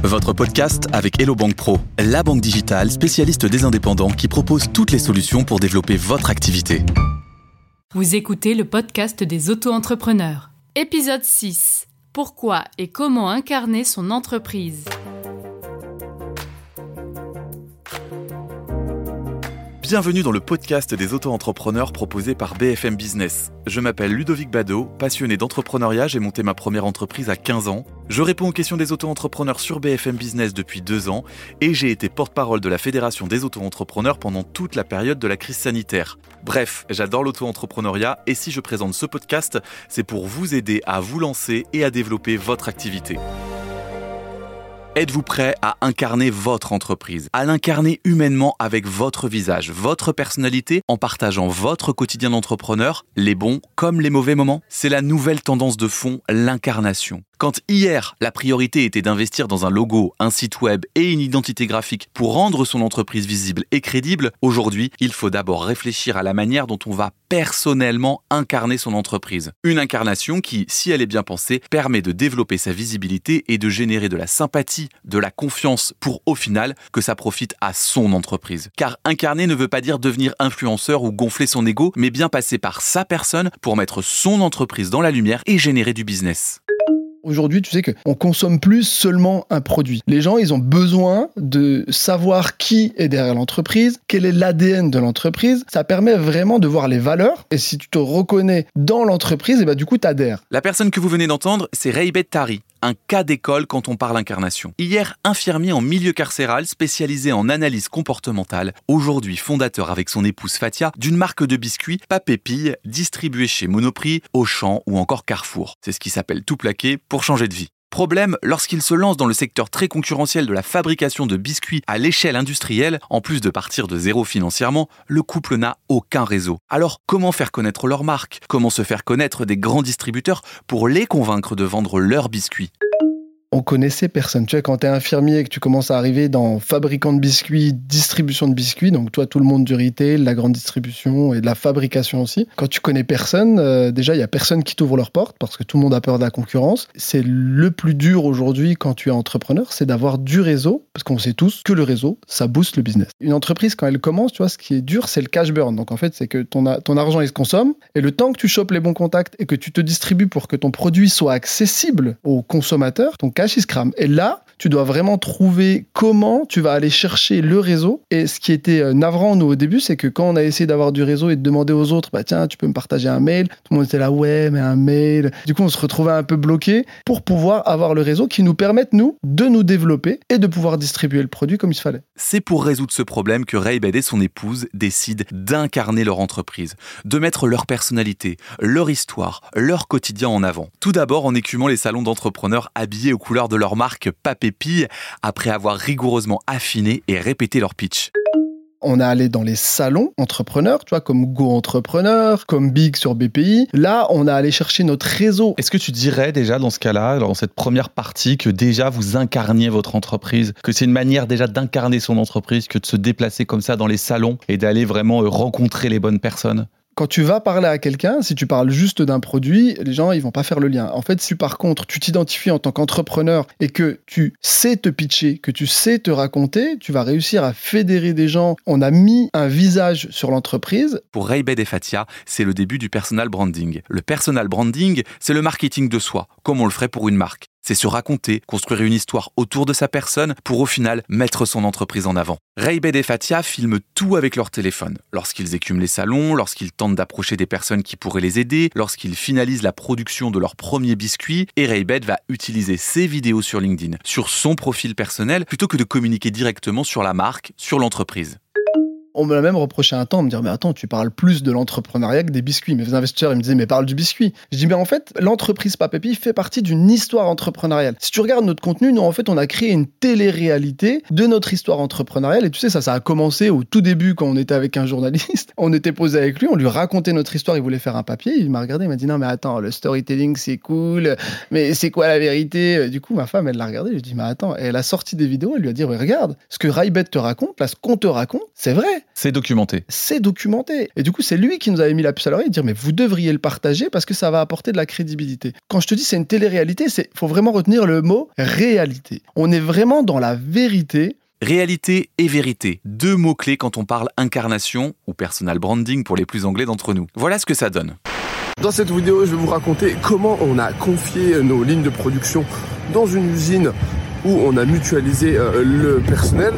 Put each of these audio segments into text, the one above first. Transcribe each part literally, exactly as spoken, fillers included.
Votre podcast avec Hello Bank Pro, la banque digitale spécialiste des indépendants qui propose toutes les solutions pour développer votre activité. Vous écoutez le podcast des auto-entrepreneurs. Épisode six. Pourquoi et comment incarner son entreprise ? Bienvenue dans le podcast des auto-entrepreneurs proposé par B F M Business. Je m'appelle Ludovic Bado, passionné d'entrepreneuriat, j'ai monté ma première entreprise à quinze ans. Je réponds aux questions des auto-entrepreneurs sur B F M Business depuis deux ans et j'ai été porte-parole de la Fédération des auto-entrepreneurs pendant toute la période de la crise sanitaire. Bref, j'adore l'auto-entrepreneuriat et si je présente ce podcast, c'est pour vous aider à vous lancer et à développer votre activité. Êtes-vous prêt à incarner votre entreprise, à l'incarner humainement avec votre visage, votre personnalité, en partageant votre quotidien d'entrepreneur, les bons comme les mauvais moments ? C'est la nouvelle tendance de fond, l'incarnation. Quand hier, la priorité était d'investir dans un logo, un site web et une identité graphique pour rendre son entreprise visible et crédible, aujourd'hui, il faut d'abord réfléchir à la manière dont on va personnellement incarner son entreprise. Une incarnation qui, si elle est bien pensée, permet de développer sa visibilité et de générer de la sympathie, de la confiance pour, au final, que ça profite à son entreprise. Car incarner ne veut pas dire devenir influenceur ou gonfler son ego, mais bien passer par sa personne pour mettre son entreprise dans la lumière et générer du business. Aujourd'hui, tu sais qu'on consomme plus seulement un produit. Les gens, ils ont besoin de savoir qui est derrière l'entreprise, quel est l'A D N de l'entreprise. Ça permet vraiment de voir les valeurs. Et si tu te reconnais dans l'entreprise, et ben du coup, tu adhères. La personne que vous venez d'entendre, c'est Reybet Tari, un cas d'école quand on parle incarnation. Hier, infirmier en milieu carcéral spécialisé en analyse comportementale, aujourd'hui fondateur avec son épouse Fatia d'une marque de biscuits Papépille distribuée chez Monoprix, Auchan ou encore Carrefour. C'est ce qui s'appelle tout plaquer pour changer de vie. Problème, lorsqu'il se lance dans le secteur très concurrentiel de la fabrication de biscuits à l'échelle industrielle, en plus de partir de zéro financièrement, le couple n'a aucun réseau. Alors, comment faire connaître leur marque ? Comment se faire connaître des grands distributeurs pour les convaincre de vendre leurs biscuits ? On connaissait personne. Tu vois, quand tu es infirmier et que tu commences à arriver dans fabricant de biscuits, distribution de biscuits, donc toi, tout le monde du retail, la grande distribution et de la fabrication aussi. Quand tu connais personne, euh, déjà, il n'y a personne qui t'ouvre leurs portes parce que tout le monde a peur de la concurrence. C'est le plus dur aujourd'hui quand tu es entrepreneur, c'est d'avoir du réseau, parce qu'on sait tous que le réseau, ça booste le business. Une entreprise, quand elle commence, tu vois, ce qui est dur, c'est le cash burn. Donc en fait, c'est que ton, a- ton argent, il se consomme et le temps que tu chopes les bons contacts et que tu te distribues pour que ton produit soit accessible aux consommateurs, ton cash, il se crame. Et là, tu dois vraiment trouver comment tu vas aller chercher le réseau. Et ce qui était navrant, nous, au début, c'est que quand on a essayé d'avoir du réseau et de demander aux autres, bah tiens, tu peux me partager un mail. Tout le monde était là, ouais, mais un mail. Du coup, on se retrouvait un peu bloqué pour pouvoir avoir le réseau qui nous permette, nous, de nous développer et de pouvoir distribuer le produit comme il fallait. C'est pour résoudre ce problème que Reybet et son épouse décident d'incarner leur entreprise, de mettre leur personnalité, leur histoire, leur quotidien en avant. Tout d'abord en écumant les salons d'entrepreneurs habillés aux couleurs de leur marque Papépille, après avoir rigoureusement affiné et répété leur pitch. On est allé dans les salons entrepreneurs, tu vois, comme Go Entrepreneur, comme Big sur B P I. Là, on a allé chercher notre réseau. Est-ce que tu dirais déjà dans ce cas-là, dans cette première partie, que déjà vous incarniez votre entreprise, que c'est une manière déjà d'incarner son entreprise, que de se déplacer comme ça dans les salons et d'aller vraiment rencontrer les bonnes personnes ? Quand tu vas parler à quelqu'un, si tu parles juste d'un produit, les gens, ils vont pas faire le lien. En fait, si par contre, tu t'identifies en tant qu'entrepreneur et que tu sais te pitcher, que tu sais te raconter, tu vas réussir à fédérer des gens. On a mis un visage sur l'entreprise. Pour Reybet et Fatia, c'est le début du personal branding. Le personal branding, c'est le marketing de soi, comme on le ferait pour une marque. C'est se raconter, construire une histoire autour de sa personne pour au final mettre son entreprise en avant. Reybet et Fatia filment tout avec leur téléphone. Lorsqu'ils écument les salons, lorsqu'ils tentent d'approcher des personnes qui pourraient les aider, lorsqu'ils finalisent la production de leur premier biscuit, et Reybet va utiliser ses vidéos sur LinkedIn, sur son profil personnel, plutôt que de communiquer directement sur la marque, sur l'entreprise. On me l'a même reproché un temps, me dire mais attends, tu parles plus de l'entrepreneuriat que des biscuits. Mes investisseurs, ils me disaient mais parle du biscuit. Je dis mais en fait, l'entreprise Papépille fait partie d'une histoire entrepreneuriale. Si tu regardes notre contenu, nous en fait, on a créé une télé-réalité de notre histoire entrepreneuriale. Et tu sais, ça, ça a commencé au tout début quand on était avec un journaliste. On était posé avec lui, on lui racontait notre histoire, il voulait faire un papier. Il m'a regardé, il m'a dit non mais attends, le storytelling c'est cool, mais c'est quoi la vérité ? Du coup, ma femme, elle l'a regardé, je lui ai dit mais attends, et elle a sorti des vidéos, elle lui a dit ouais, regarde, ce que Reybet te raconte, là, ce qu'on te raconte, c'est vrai. C'est documenté. C'est documenté. Et du coup, c'est lui qui nous avait mis la puce à l'oreille et dire, mais vous devriez le partager parce que ça va apporter de la crédibilité. Quand je te dis c'est une télé-réalité, il faut vraiment retenir le mot réalité. On est vraiment dans la vérité. Réalité et vérité, deux mots-clés quand on parle incarnation ou personal branding pour les plus anglais d'entre nous. Voilà ce que ça donne. Dans cette vidéo, je vais vous raconter comment on a confié nos lignes de production dans une usine où on a mutualisé euh, le personnel.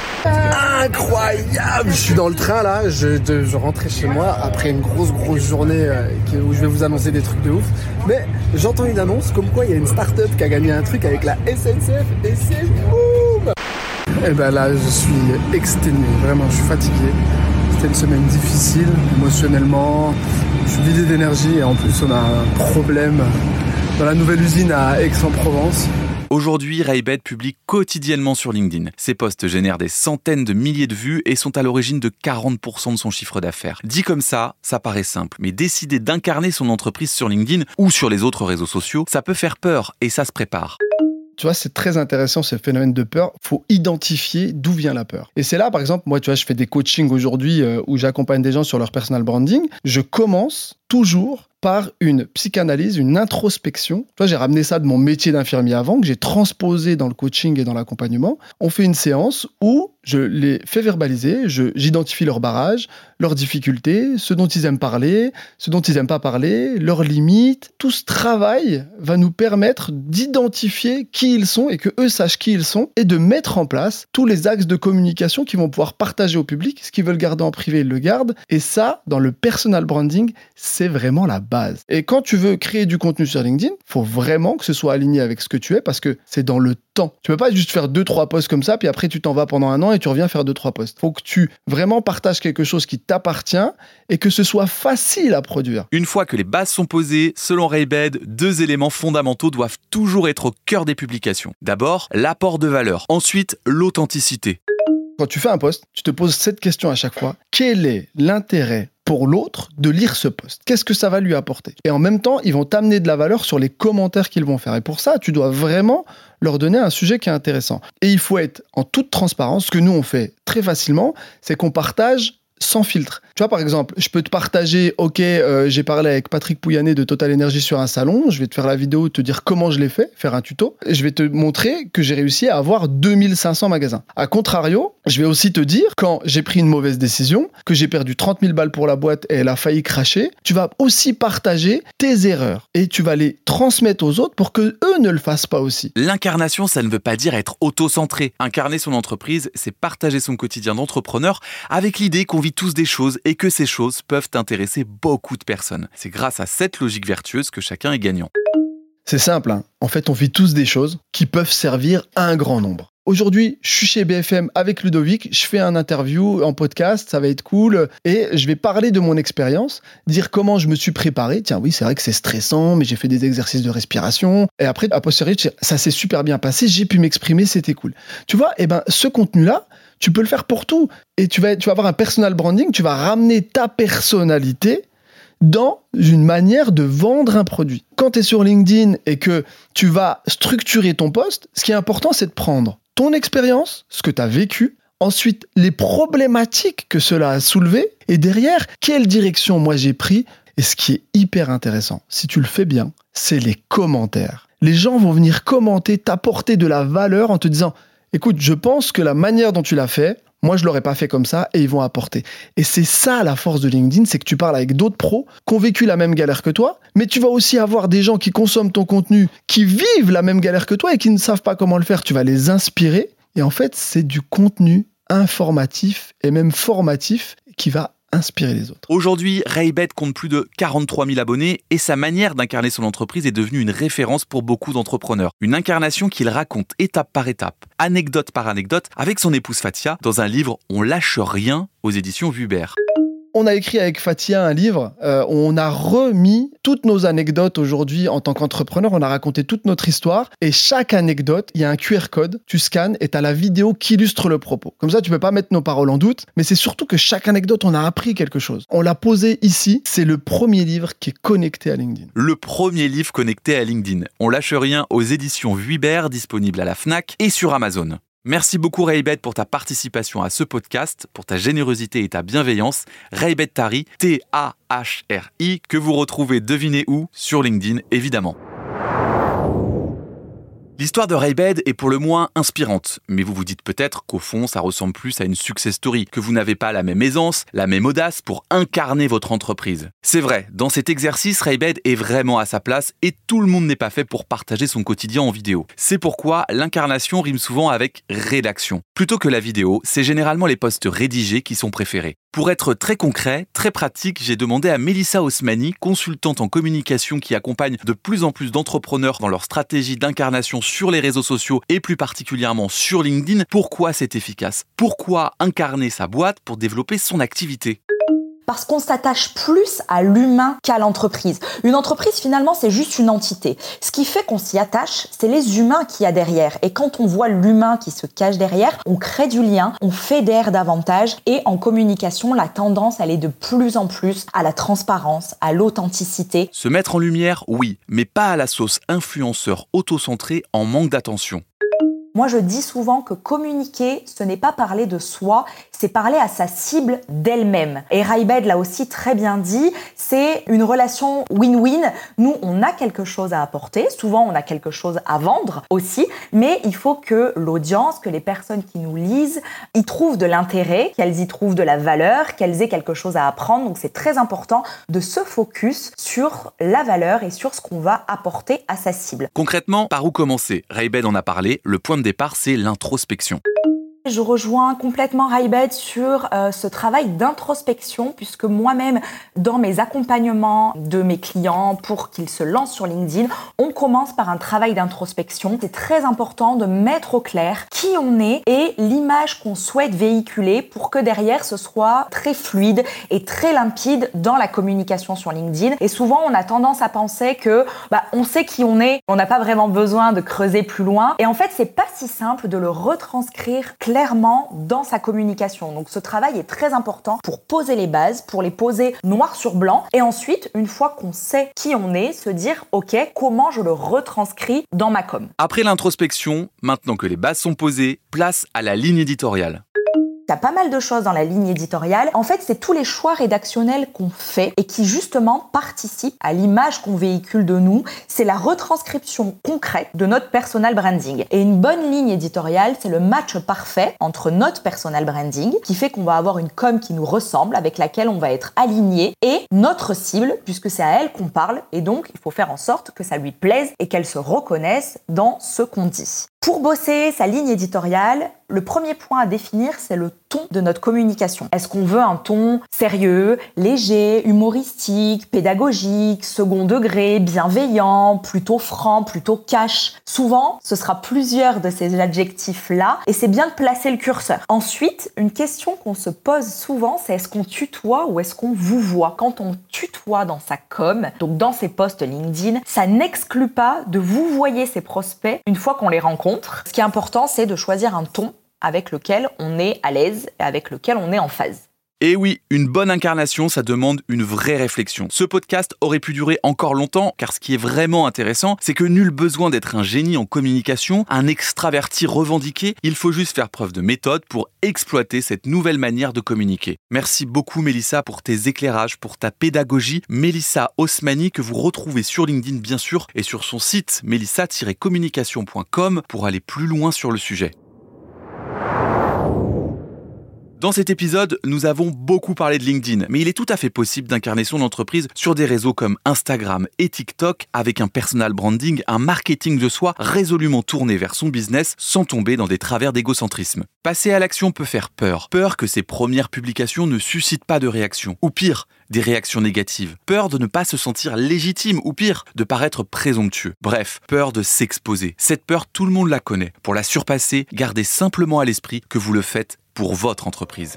Incroyable! Je suis dans le train là, je, de, je rentrais chez moi après une grosse grosse journée euh, où je vais vous annoncer des trucs de ouf. Mais j'entends une annonce comme quoi il y a une start-up qui a gagné un truc avec la S N C F et c'est boum! Et ben là, je suis exténué, vraiment, je suis fatigué. C'était une semaine difficile, émotionnellement, je suis vidé d'énergie et en plus on a un problème dans la nouvelle usine à Aix-en-Provence. Aujourd'hui, Raybed publie quotidiennement sur LinkedIn. Ses posts génèrent des centaines de milliers de vues et sont à l'origine de quarante pour cent de son chiffre d'affaires. Dit comme ça, ça paraît simple, mais décider d'incarner son entreprise sur LinkedIn ou sur les autres réseaux sociaux, ça peut faire peur et ça se prépare. Tu vois, c'est très intéressant ce phénomène de peur. Il faut identifier d'où vient la peur. Et c'est là, par exemple, moi, tu vois, je fais des coachings aujourd'hui euh, où j'accompagne des gens sur leur personal branding. Je commence toujours par une psychanalyse, une introspection. Tu vois, j'ai ramené ça de mon métier d'infirmier avant, que j'ai transposé dans le coaching et dans l'accompagnement. On fait une séance où je les fais verbaliser, je, j'identifie leurs barrages, leurs difficultés, ce dont ils aiment parler, ce dont ils n'aiment pas parler, leurs limites. Tout ce travail va nous permettre d'identifier qui ils sont et que eux sachent qui ils sont et de mettre en place tous les axes de communication qu'ils vont pouvoir partager au public. Ce qu'ils veulent garder en privé, ils le gardent. Et ça, dans le personal branding, c'est vraiment la base. Et quand tu veux créer du contenu sur LinkedIn, il faut vraiment que ce soit aligné avec ce que tu es parce que c'est dans le temps. Tu peux pas juste faire deux, trois posts comme ça, puis après tu t'en vas pendant un an et tu reviens faire deux, trois posts. Il faut que tu vraiment partages quelque chose qui t'appartient et que ce soit facile à produire. Une fois que les bases sont posées, selon Raybed, deux éléments fondamentaux doivent toujours être au cœur des publications. D'abord, l'apport de valeur. Ensuite, l'authenticité. Quand tu fais un post, tu te poses cette question à chaque fois. Quel est l'intérêt pour l'autre de lire ce post? Qu'est-ce que ça va lui apporter? Et en même temps, ils vont t'amener de la valeur sur les commentaires qu'ils vont faire. Et pour ça, tu dois vraiment leur donner un sujet qui est intéressant. Et il faut être en toute transparence. Ce que nous, on fait très facilement, c'est qu'on partage sans filtre. Tu vois, par exemple, je peux te partager, ok, euh, j'ai parlé avec Patrick Pouyanné de Total Energy sur un salon, je vais te faire la vidéo, te dire comment je l'ai fait, faire un tuto, et je vais te montrer que j'ai réussi à avoir deux mille cinq cents magasins. A contrario, je vais aussi te dire, quand j'ai pris une mauvaise décision, que j'ai perdu trente mille balles pour la boîte et elle a failli cracher, tu vas aussi partager tes erreurs, et tu vas les transmettre aux autres pour que eux ne le fassent pas aussi. L'incarnation, ça ne veut pas dire être auto-centré. Incarner son entreprise, c'est partager son quotidien d'entrepreneur avec l'idée qu'on vit tous des choses et que ces choses peuvent intéresser beaucoup de personnes. C'est grâce à cette logique vertueuse que chacun est gagnant. C'est simple, hein. En fait, on vit tous des choses qui peuvent servir à un grand nombre. Aujourd'hui, je suis chez B F M avec Ludovic, je fais un interview en podcast, ça va être cool, et je vais parler de mon expérience, dire comment je me suis préparé. Tiens, oui, c'est vrai que c'est stressant, mais j'ai fait des exercices de respiration, et après, a posteriori, ça s'est super bien passé, j'ai pu m'exprimer, c'était cool. Tu vois, et ben, ce contenu-là, tu peux le faire pour tout. Et tu vas, tu vas avoir un personal branding, tu vas ramener ta personnalité dans une manière de vendre un produit. Quand tu es sur LinkedIn et que tu vas structurer ton post, ce qui est important, c'est de prendre ton expérience, ce que tu as vécu, ensuite les problématiques que cela a soulevées, et derrière, quelle direction moi j'ai pris. Et ce qui est hyper intéressant, si tu le fais bien, c'est les commentaires. Les gens vont venir commenter, t'apporter de la valeur en te disant « Écoute, je pense que la manière dont tu l'as fait, moi, je ne l'aurais pas fait comme ça, et ils vont apporter. » Et c'est ça la force de LinkedIn, c'est que tu parles avec d'autres pros qui ont vécu la même galère que toi, mais tu vas aussi avoir des gens qui consomment ton contenu, qui vivent la même galère que toi et qui ne savent pas comment le faire. Tu vas les inspirer, et en fait, c'est du contenu informatif et même formatif qui va inspirer les autres. Aujourd'hui, Raybed compte plus de quarante-trois mille abonnés et sa manière d'incarner son entreprise est devenue une référence pour beaucoup d'entrepreneurs. Une incarnation qu'il raconte étape par étape, anecdote par anecdote, avec son épouse Fatia, dans un livre « On lâche rien » aux éditions Vuibert. On a écrit avec Fatia un livre, euh, on a remis toutes nos anecdotes aujourd'hui en tant qu'entrepreneur, on a raconté toute notre histoire et chaque anecdote, il y a un Q R code, tu scannes et tu as la vidéo qui illustre le propos. Comme ça, tu peux pas mettre nos paroles en doute, mais c'est surtout que chaque anecdote, on a appris quelque chose. On l'a posé ici, c'est le premier livre qui est connecté à LinkedIn. Le premier livre connecté à LinkedIn. On lâche rien aux éditions Vuibert, disponible à la Fnac et sur Amazon. Merci beaucoup Raybed pour ta participation à ce podcast, pour ta générosité et ta bienveillance. Raybed Tari, T A H R I, que vous retrouvez, devinez où, sur LinkedIn évidemment. L'histoire de Raybed est pour le moins inspirante, mais vous vous dites peut-être qu'au fond, ça ressemble plus à une success story, que vous n'avez pas la même aisance, la même audace pour incarner votre entreprise. C'est vrai, dans cet exercice, Raybed est vraiment à sa place et tout le monde n'est pas fait pour partager son quotidien en vidéo. C'est pourquoi l'incarnation rime souvent avec rédaction. Plutôt que la vidéo, c'est généralement les posts rédigés qui sont préférés. Pour être très concret, très pratique, j'ai demandé à Mélissa Osmani, consultante en communication qui accompagne de plus en plus d'entrepreneurs dans leur stratégie d'incarnation sur les réseaux sociaux et plus particulièrement sur LinkedIn, pourquoi c'est efficace. Pourquoi incarner sa boîte pour développer son activité ? Parce qu'on s'attache plus à l'humain qu'à l'entreprise. Une entreprise, finalement, c'est juste une entité. Ce qui fait qu'on s'y attache, c'est les humains qu'il y a derrière. Et quand on voit l'humain qui se cache derrière, on crée du lien, on fédère davantage. Et en communication, la tendance, elle est de plus en plus à la transparence, à l'authenticité. Se mettre en lumière, oui, mais pas à la sauce influenceur auto-centré en manque d'attention. Moi, je dis souvent que communiquer, ce n'est pas parler de soi, c'est parler à sa cible d'elle-même. Et Raybed l'a aussi très bien dit, c'est une relation win-win. Nous, on a quelque chose à apporter, souvent on a quelque chose à vendre aussi, mais il faut que l'audience, que les personnes qui nous lisent, y trouvent de l'intérêt, qu'elles y trouvent de la valeur, qu'elles aient quelque chose à apprendre. Donc c'est très important de se focus sur la valeur et sur ce qu'on va apporter à sa cible. Concrètement, par où commencer ? Raybed en a parlé, le point de départ, c'est l'introspection. Je rejoins complètement Raybed sur euh, ce travail d'introspection, puisque moi-même, dans mes accompagnements de mes clients pour qu'ils se lancent sur LinkedIn, on commence par un travail d'introspection. C'est très important de mettre au clair qui on est et l'image qu'on souhaite véhiculer pour que derrière, ce soit très fluide et très limpide dans la communication sur LinkedIn. Et souvent, on a tendance à penser que bah, on sait qui on est, on n'a pas vraiment besoin de creuser plus loin. Et en fait, c'est pas si simple de le retranscrire clairement clairement dans sa communication. Donc ce travail est très important pour poser les bases, pour les poser noir sur blanc et ensuite, une fois qu'on sait qui on est, se dire ok, comment je le retranscris dans ma com. Après l'introspection, maintenant que les bases sont posées, place à la ligne éditoriale. Il y a pas mal de choses dans la ligne éditoriale. En fait, c'est tous les choix rédactionnels qu'on fait et qui justement participent à l'image qu'on véhicule de nous. C'est la retranscription concrète de notre personal branding. Et une bonne ligne éditoriale, c'est le match parfait entre notre personal branding, qui fait qu'on va avoir une com qui nous ressemble, avec laquelle on va être aligné, et notre cible, puisque c'est à elle qu'on parle. Et donc, il faut faire en sorte que ça lui plaise et qu'elle se reconnaisse dans ce qu'on dit. Pour bosser sa ligne éditoriale, le premier point à définir, c'est le ton de notre communication. Est-ce qu'on veut un ton sérieux, léger, humoristique, pédagogique, second degré, bienveillant, plutôt franc, plutôt cash ? Souvent, ce sera plusieurs de ces adjectifs-là et c'est bien de placer le curseur. Ensuite, une question qu'on se pose souvent, c'est est-ce qu'on tutoie ou est-ce qu'on vouvoie ? Quand on tutoie dans sa com, donc dans ses posts LinkedIn, ça n'exclut pas de vouvoyer ses prospects une fois qu'on les rencontre. Ce qui est important, c'est de choisir un ton avec lequel on est à l'aise et avec lequel on est en phase. Et oui, une bonne incarnation, ça demande une vraie réflexion. Ce podcast aurait pu durer encore longtemps, car ce qui est vraiment intéressant, c'est que nul besoin d'être un génie en communication, un extraverti revendiqué, il faut juste faire preuve de méthode pour exploiter cette nouvelle manière de communiquer. Merci beaucoup Mélissa pour tes éclairages, pour ta pédagogie. Mélissa Osmani, que vous retrouvez sur LinkedIn bien sûr, et sur son site mélissa tiret communication point com pour aller plus loin sur le sujet. Dans cet épisode, nous avons beaucoup parlé de LinkedIn, mais il est tout à fait possible d'incarner son entreprise sur des réseaux comme Instagram et TikTok avec un personal branding, un marketing de soi résolument tourné vers son business sans tomber dans des travers d'égocentrisme. Passer à l'action peut faire peur. Peur que ses premières publications ne suscitent pas de réaction. Ou pire, des réactions négatives. Peur de ne pas se sentir légitime. Ou pire, de paraître présomptueux. Bref, peur de s'exposer. Cette peur, tout le monde la connaît. Pour la surpasser, gardez simplement à l'esprit que vous le faites pour votre entreprise.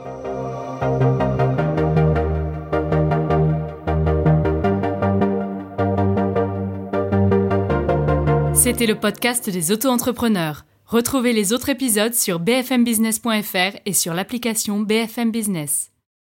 C'était le podcast des auto-entrepreneurs. Retrouvez les autres épisodes sur b f m business point f r et sur l'application B F M Business.